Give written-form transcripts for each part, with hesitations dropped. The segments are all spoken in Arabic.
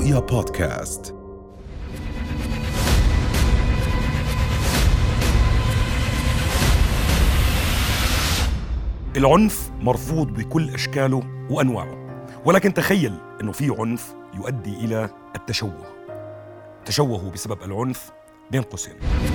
رؤيا بودكاست. العنف مرفوض بكل أشكاله وأنواعه، ولكن تخيل أنه في عنف يؤدي إلى التشوه. تشوهوا بسبب العنف بين قوسين.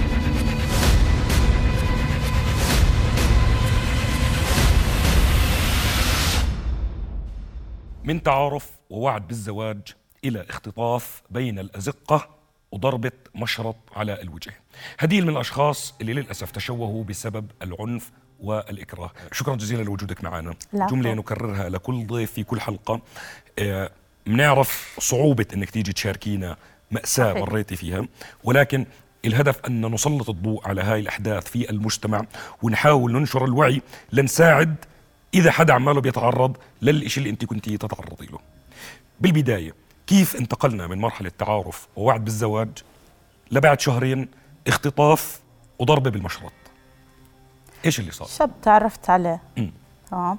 من تعارف ووعد بالزواج إلى اختطاف بين الأزقة وضربة مشرط على الوجه. هديل من الأشخاص اللي للأسف تشوهوا بسبب العنف والإكراه. شكرا جزيلا لوجودك معنا. جملة نكررها لكل ضيف في كل حلقة. بنعرف صعوبة أنك تيجي تشاركينا مأساة مريتي فيها، ولكن الهدف أن نسلط الضوء على هاي الأحداث في المجتمع ونحاول ننشر الوعي لنساعد إذا حدا عماله بيتعرض للإشي اللي أنت كنتي تتعرضي له. بالبداية كيف انتقلنا من مرحلة تعارف ووعد بالزواج لبعد شهرين اختطاف وضربة بالمشرط؟ إيش اللي صار؟ شاب تعرفت عليه. تمام.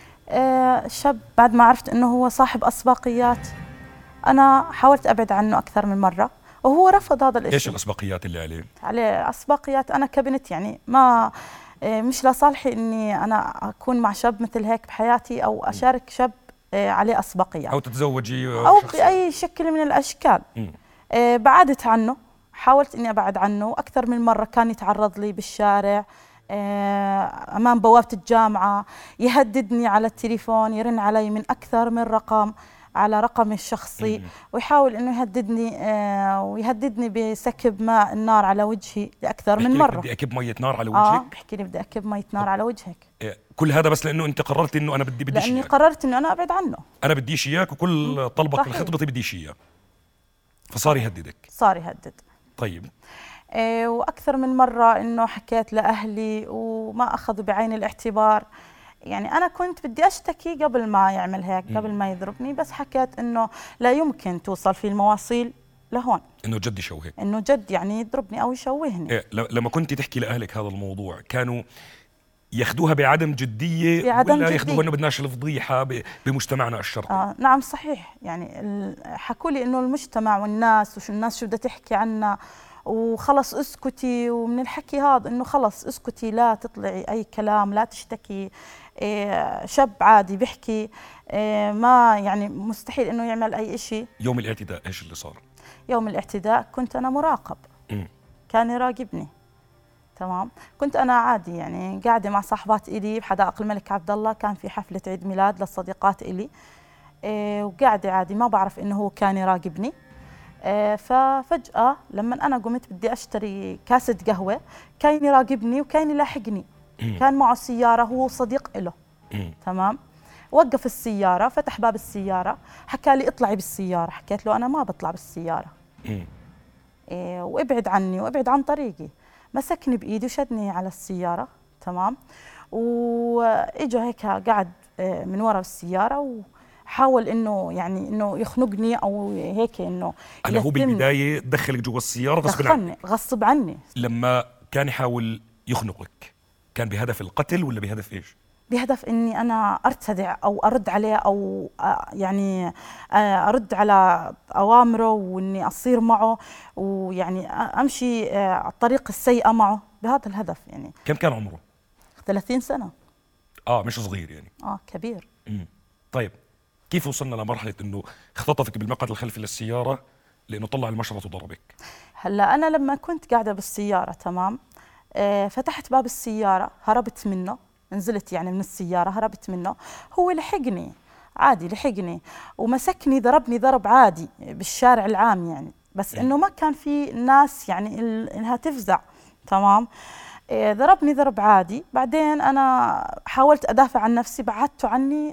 شاب بعد ما عرفت إنه هو صاحب أسباقيات، أنا حاولت أبعد عنه أكثر من مرة وهو رفض هذا الإشي. إيش الأسباقيات اللي عليه؟ عليه أسباقيات. أنا كبنت يعني ما مش لصالحي إني أنا أكون مع شاب مثل هيك بحياتي أو أشارك شاب عليه أسباقيات أو تتزوجي أو بأي شكل من الأشكال. بعدت عنه، حاولت إني أبعد عنه أكثر من مرة. كان يتعرض لي بالشارع، أمام بوابة الجامعة، يهددني على التليفون، يرن علي من أكثر من رقم على رقمي الشخصي، ويحاول إنه ويهددني بسكب ماء النار على وجهي لأكثر من مرة. بدي أكب مية نار على وجهك؟ بحكي لي بدي أكب مية نار على وجهك. كل هذا بس لأنه أنت قررت إنه أنا بدي لأني قررت إنه أنا أبعد عنه. أنا بديش إياك، وكل طلبك لخطبتي بديش إياه، فصار يهددك. صار يهدد. طيب. وأكثر من مرة إنه حكيت لأهلي وما أخذوا بعين الاعتبار. يعني أنا كنت بدي أشتكي قبل ما يعمل هيك، قبل ما يضربني، بس حكيت إنه لا يمكن توصل في المواصيل لهون، إنه جد يشوهك، إنه جد يعني يضربني أو يشوهني. لما كنت تحكي لأهلك هذا الموضوع كانوا ياخذوها بعدم جدية ولا ياخذوها إنه بدناش الفضيحة بمجتمعنا الشرقي؟ نعم صحيح. يعني حكوا لي إنه المجتمع والناس وشو الناس شو بدها تحكي عنا، وخلص اسكتي، ومن الحكي هذا انه خلص اسكتي، لا تطلعي اي كلام، لا تشتكي. شاب عادي بيحكي، ما يعني مستحيل انه يعمل اي اشي. يوم الاعتداء ايش اللي صار؟ يوم الاعتداء كنت انا مراقب. كان يراقبني. تمام. كنت انا عادي يعني قاعده مع صاحبات الي بحدائق الملك عبد الله، كان في حفله عيد ميلاد للصديقات الي، وقاعده عادي ما بعرف انه هو كان يراقبني. ففجأة لما أنا قمت بدي أشتري كاسة قهوة كان يراقبني وكان يلاحقني. كان معه سيارة، هو صديق إله. تمام. وقف السيارة، فتح باب السيارة، حكى لي اطلعي بالسيارة. حكيت له أنا ما بطلع بالسيارة. وابعد عني وابعد عن طريقي. مسكني بإيدي وشدني على السيارة. تمام. وإجا هيك قعد من وراء السيارة حاول انه يعني انه يخنقني او هيك انه هلا هو بالبدايه دخلك جوا السياره غصب عني. لما كان يحاول يخنقك كان بهدف القتل ولا بهدف ايش؟ بهدف اني انا ارتدع او ارد عليه او يعني ارد على اوامره واني اصير معه ويعني امشي الطريق السيئه معه بهذا الهدف. يعني كم كان عمره؟ 30 سنه. مش صغير يعني. كبير. طيب كيف وصلنا لمرحلة إنه اختطفك بالمقعد الخلفي للسيارة لأنه طلع المشرط وضربك؟ هلا أنا لما كنت قاعدة بالسيارة، تمام، فتحت باب السيارة، هربت منه، نزلت يعني من السيارة، هربت منه. هو لحقني عادي، لحقني ومسكني، ضربني ضرب عادي بالشارع العام يعني، بس إنه ما كان في ناس يعني إنها تفزع. تمام. ضربني ضرب عادي. بعدين أنا حاولت أدافع عن نفسي، بعدته عني،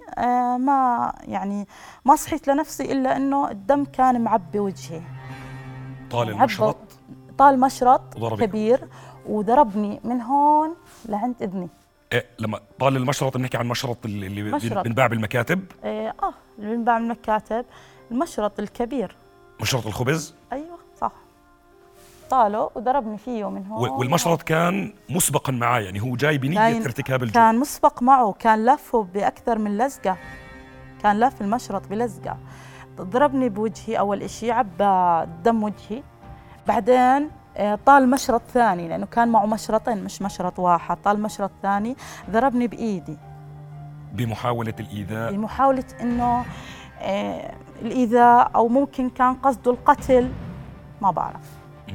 ما صحيت لنفسي إلا إنه الدم كان معبي وجهي. طال المشرط؟ طال مشرط كبير وضربني من هون لعند إذني. لما طال المشرط بنحكي عن مشرط اللي بنباع بالمكاتب؟ اللي بنباع بالمكاتب، المشرط الكبير، مشرط الخبز؟ أيوة صح. طاله وضربني فيه من هون. والمشرط كان مسبقا معاه، يعني هو جاي بنية ارتكاب الجرم؟ كان مسبق معه، كان لفه بأكثر من لزقة، كان لف المشرط بلزقة. ضربني بوجهي أول إشي، عبى دم وجهي، بعدين طال مشرط ثاني لأنه كان معه مشرطين مش مشرط واحد، طال مشرط ثاني ضربني بإيدي بمحاولة الإيذاء، بمحاولة إنه الإيذاء أو ممكن كان قصده القتل، ما بعرف.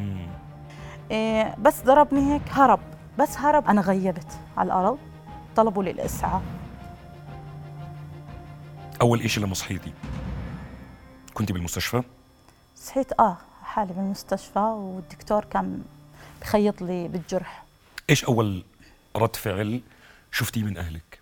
بس ضربني هيك هرب، بس هرب أنا غيبت على الأرض، طلبوا لي الإسعاف. أول إشي لما صحيتي كنت بالمستشفى؟ صحيت حالي بالمستشفى، والدكتور كان بخيط لي بالجرح. إيش أول رد فعل شفتيه من أهلك؟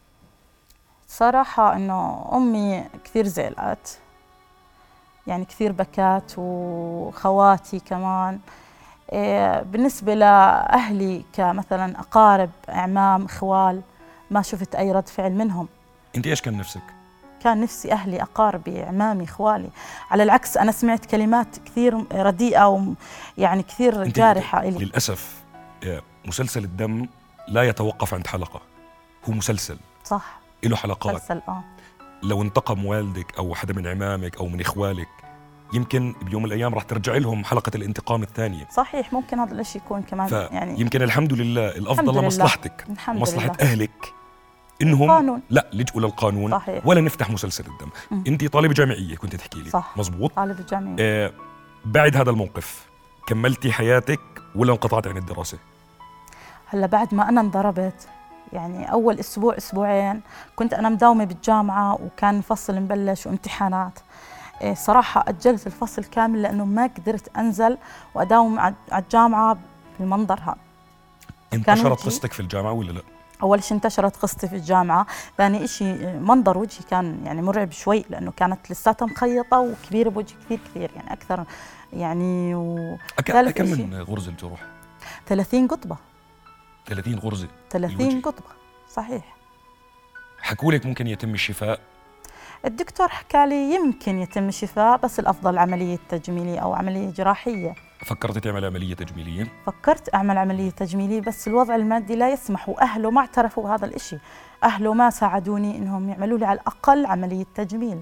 صراحة إنه أمي كثير زعلت، يعني كثير بكات، وخواتي كمان. بالنسبة لأهلي كمثلا أقارب، أعمام، إخوال، ما شفت أي رد فعل منهم. أنت إيش كان نفسك؟ كان نفسي أهلي، أقاربي، أعمامي، إخوالي. على العكس أنا سمعت كلمات كثير رديئة ويعني كثير جارحة إلي. للأسف مسلسل الدم لا يتوقف عند حلقة، هو مسلسل. صح، له حلقات. مسلسل لو انتقم والدك أو حدا من عمامك أو من إخوالك، يمكن بيوم من الأيام راح ترجع لهم حلقة الانتقام الثانية. صحيح، ممكن هذا الشيء يكون كمان يعني يمكن الحمد لله الأفضل لمصلحتك ومصلحة أهلك إنهم القانون. لا لجؤوا للقانون. صحيح. ولا نفتح مسلسل الدم. أنت طالبة جامعية كنت تحكي لي. صح، مزبوط. طالبة جامعية. بعد هذا الموقف كملتي حياتك ولا انقطعت عن الدراسة؟ هلا بعد ما أنا انضربت، يعني أول أسبوع أسبوعين كنت أنا مداومة بالجامعة، وكان الفصل مبلش وامتحانات. صراحة أجلت الفصل كامل لأنه ما قدرت أنزل وأداوم على الجامعة بالمنظر هذا. انتشرت قصتك في الجامعة ولا لا؟ أول شيء انتشرت قصتي في الجامعة، ثاني شيء منظر وجهي كان يعني مرعب شوي، لأنه كانت لساتها مخيطة وكبيرة بوجهي كثير يعني أكثر يعني. كم من غرزة الجروح؟ 30 قطبة. 30 غرزة؟ 30 قطبة، صحيح. حكوا لك ممكن يتم الشفاء؟ الدكتور حكى لي يمكن يتم الشفاء، بس الأفضل عملية تجميلية أو عملية جراحية. فكرت تعمل عملية تجميلية؟ فكرت أعمل عملية تجميلية، بس الوضع المادي لا يسمح، وأهله ما اعترفوا بهذا الإشي، أهله ما ساعدوني إنهم يعملوا لي على الأقل عملية تجميل.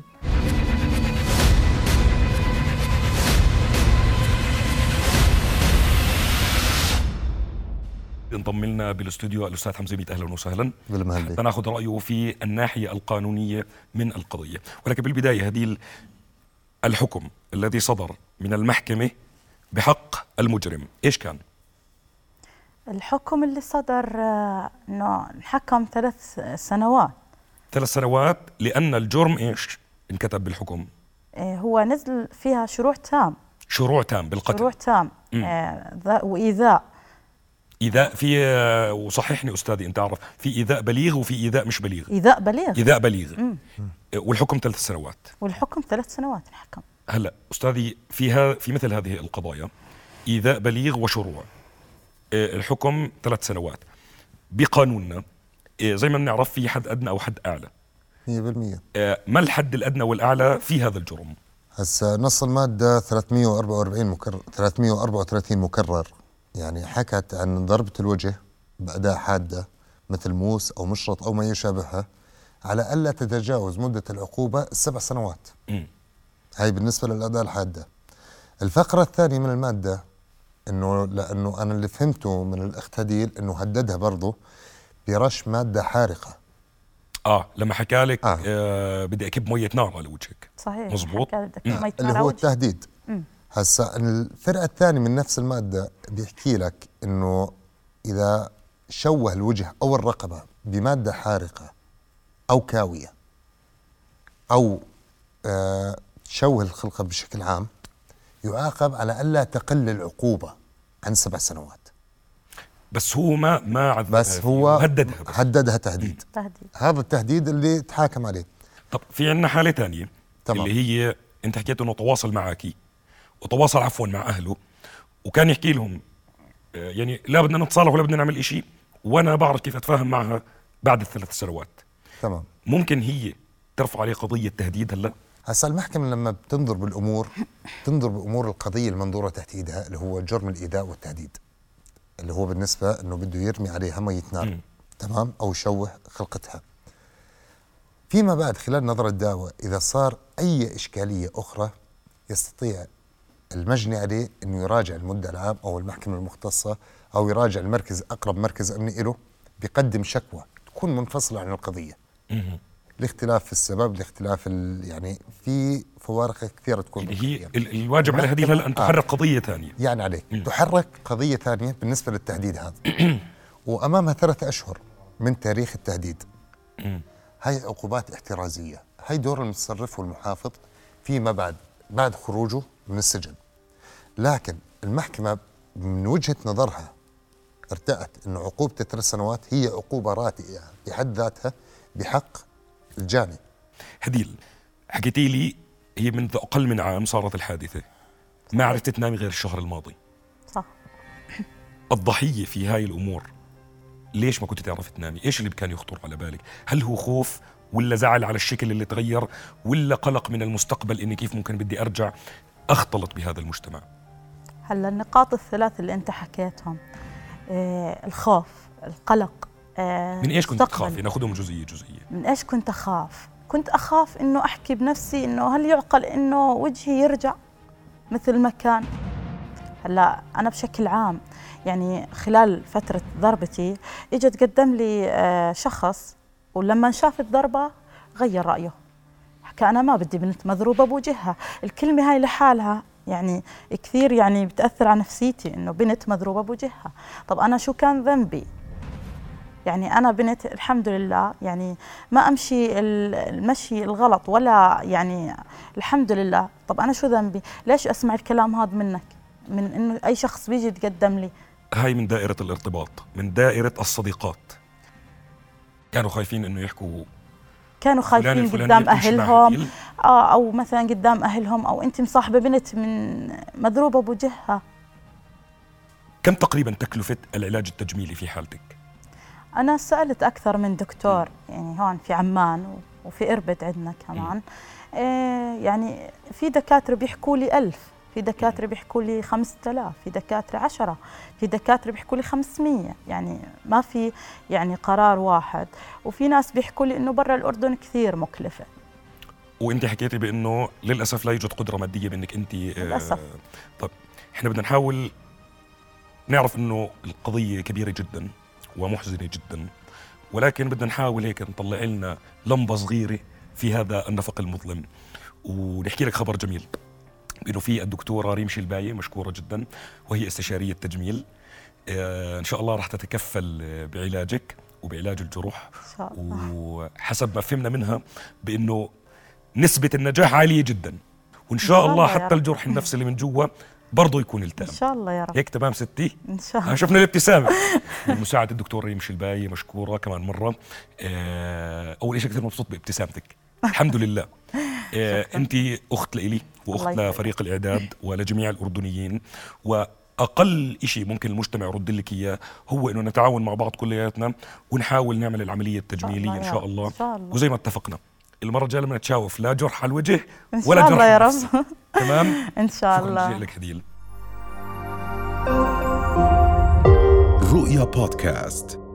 انضم لنا بالاستوديو الأستاذ حمزة ميت. أهلا وسهلا. حتى ناخذ رأيه في الناحية القانونية من القضية، ولكن بالبداية هذه الحكم الذي صدر من المحكمة بحق المجرم إيش كان؟ الحكم اللي صدر إنه انحكم 3 سنوات. 3 سنوات لأن الجرم إيش انكتب بالحكم؟ هو نزل فيها شروع تام بالقتل. شروع تام وإيذاء. إيذاء في وصححني أستاذي أنت عارف في إيذاء بليغ وفي إيذاء مش بليغ. إيذاء بليغ. والحكم 3 سنوات. والحكم 3 سنوات انحكم. هلا أستاذي في مثل هذه القضايا إيذاء بليغ وشروع، الحكم 3 سنوات. بقانوننا زي ما بنعرف في حد أدنى أو حد أعلى 100%. ما الحد الأدنى والأعلى في هذا الجرم؟ هسا نص المادة 334 مكرر، يعني حكت عن ضربة الوجه بأداة حادة مثل موس أو مشرط أو ما يشابهها على ألا تتجاوز مدة العقوبة 7 سنوات. هاي بالنسبة للأداة الحادة. الفقرة الثانية من المادة لأنه أنا اللي فهمته من الأخت هديل إنه هددها برضه برش مادة حارقة. لما حكى لك بدي أكب مية نار على وجهك. صحيح، مزبوط. اللي هو التهديد. هسا الفرقة الثانية من نفس المادة بيحكي لك إنه إذا شوه الوجه أو الرقبة بمادة حارقة أو كاوية أو شوه الخلقة بشكل عام يعاقب على ألا تقل العقوبة عن 7 سنوات. بس هو ما عذبها، بس هو هددها تهديد. هذا التهديد اللي تحاكم عليه. طب في عندنا حالة تانية طبعا. اللي هي أنت حكيت إنه تواصل معك وتواصل عفوا مع أهله وكان يحكي لهم يعني لا بدنا نتصالح ولا بدنا نعمل إشي، وأنا بعرف كيف أتفاهم معها بعد ال3 سنوات. تمام. ممكن هي ترفع عليه قضية تهديد هلا؟ هسا المحكمة لما بتنظر بالأمور تنظر بأمور القضية المنظورة تحت إيدها اللي هو جرم الإيذاء والتهديد، اللي هو بالنسبة إنه بده يرمي عليها مية نار. تمام، أو يشوه خلقتها. فيما بعد خلال نظر الدعوة إذا صار أي إشكالية أخرى يستطيع المجني عليه أنه يراجع المدعي العام أو المحكمة المختصة أو يراجع المركز أقرب مركز أمني له، بيقدم شكوى تكون منفصلة عن القضية. الاختلاف في السبب، الاختلاف يعني في فوارق كثيرة تكون. يعني هي الواجب على هذه أن تحرك قضية ثانية. يعني عليك تحرك قضية ثانية بالنسبة للتهديد هذا. وأمامها 3 أشهر من تاريخ التهديد. هاي عقوبات احترازية، هاي دور المتصرف والمحافظ فيما بعد خروجه من السجن. لكن المحكمة من وجهة نظرها ارتأت أن عقوبة 3 سنوات هي عقوبة راتئة بحد ذاتها بحق الجاني. هديل، حكيتي لي هي منذ أقل من عام صارت الحادثة، ما عرفت تنامي غير الشهر الماضي. صح. الضحية في هاي الأمور ليش ما كنت تعرفي تنامي؟ إيش اللي كان يخطر على بالك؟ هل هو خوف ولا زعل على الشكل اللي تغير ولا قلق من المستقبل إني كيف ممكن بدي أرجع أختلط بهذا المجتمع؟ هلا النقاط الثلاث اللي أنت حكيتهم، الخوف، القلق، من إيش كنت تخافي؟ ناخذهم جزئية جزئية. من إيش كنت أخاف؟ كنت أخاف إنه أحكي بنفسي إنه هل يعقل إنه وجهي يرجع مثل ما كان؟ هلا أنا بشكل عام يعني خلال فترة ضربتي إجت قدم لي شخص، ولما شاف الضربة غير رأيه، حكى أنا ما بدي بنت مضروبة بوجهها. الكلمة هاي لحالها يعني كثير يعني بتأثر على نفسيتي، إنه بنت مضروبة بوجهها. طب أنا شو كان ذنبي؟ يعني أنا بنت الحمد لله، يعني ما أمشي المشي الغلط ولا يعني الحمد لله. طب أنا شو ذنبي؟ ليش أسمع الكلام هذا منك، من إنه أي شخص بيجي يتقدم لي؟ هاي من دائرة الارتباط، من دائرة الصديقات. كانوا خايفين إنه يحكوا، كانوا خايفين قدام أهلهم، أو مثلا قدام أهلهم، أو أنت مصاحبة بنت من مضروبة بوجهها. كم تقريبا تكلفة العلاج التجميلي في حالتك؟ أنا سألت أكثر من دكتور، يعني هون في عمان وفي إربد عندنا كمان. يعني في دكاترة بيحكوا لي 1000، في دكاترة بيحكوا لي 5000، في دكاترة 10، في دكاترة بيحكوا لي 500. يعني ما في يعني قرار واحد. وفي ناس بيحكوا لي إنه برا الأردن كثير مكلفة. وأنت حكيتي بأنه للأسف لا يوجد قدرة مادية بأنك أنت للأسف. طب إحنا بدنا نحاول نعرف إنه القضية كبيرة جدا ومحزنة جدا، ولكن بدنا نحاول هيك نطلع لنا لمبة صغيرة في هذا النفق المظلم، ونحكي لك خبر جميل بأنه في الدكتورة ريم شلباية مشكورة جدا، وهي استشارية تجميل. إن شاء الله راح تتكفل بعلاجك وبعلاج الجروح. إن شاء الله. وحسب ما فهمنا منها بأنه نسبة النجاح عالية جدا، وإن شاء الله حتى الجرح النفسي اللي من جوا برضه يكون التئم. إن شاء الله يا رب. هيك تمام ستي؟ إن شاء الله. شفنا الابتسامة. مساعد الدكتور ريم شلباية مشكورة كمان مرة. أول شيء كثير مبسوط بابتسامتك، الحمد لله. أنت أخت لإلي وأخت لفريق الإعداد ولجميع الأردنيين، وأقل شيء ممكن المجتمع يرد لك إياه هو إنه نتعاون مع بعض كلياتنا ونحاول نعمل العملية التجميلية إن شاء الله. وزي ما اتفقنا المرة الجاية لما نتشاوف لا جرح على الوجه ولا جرح يا رب. تمام. إن شاء الله. شكرا لك هديل. رؤيا بودكاست.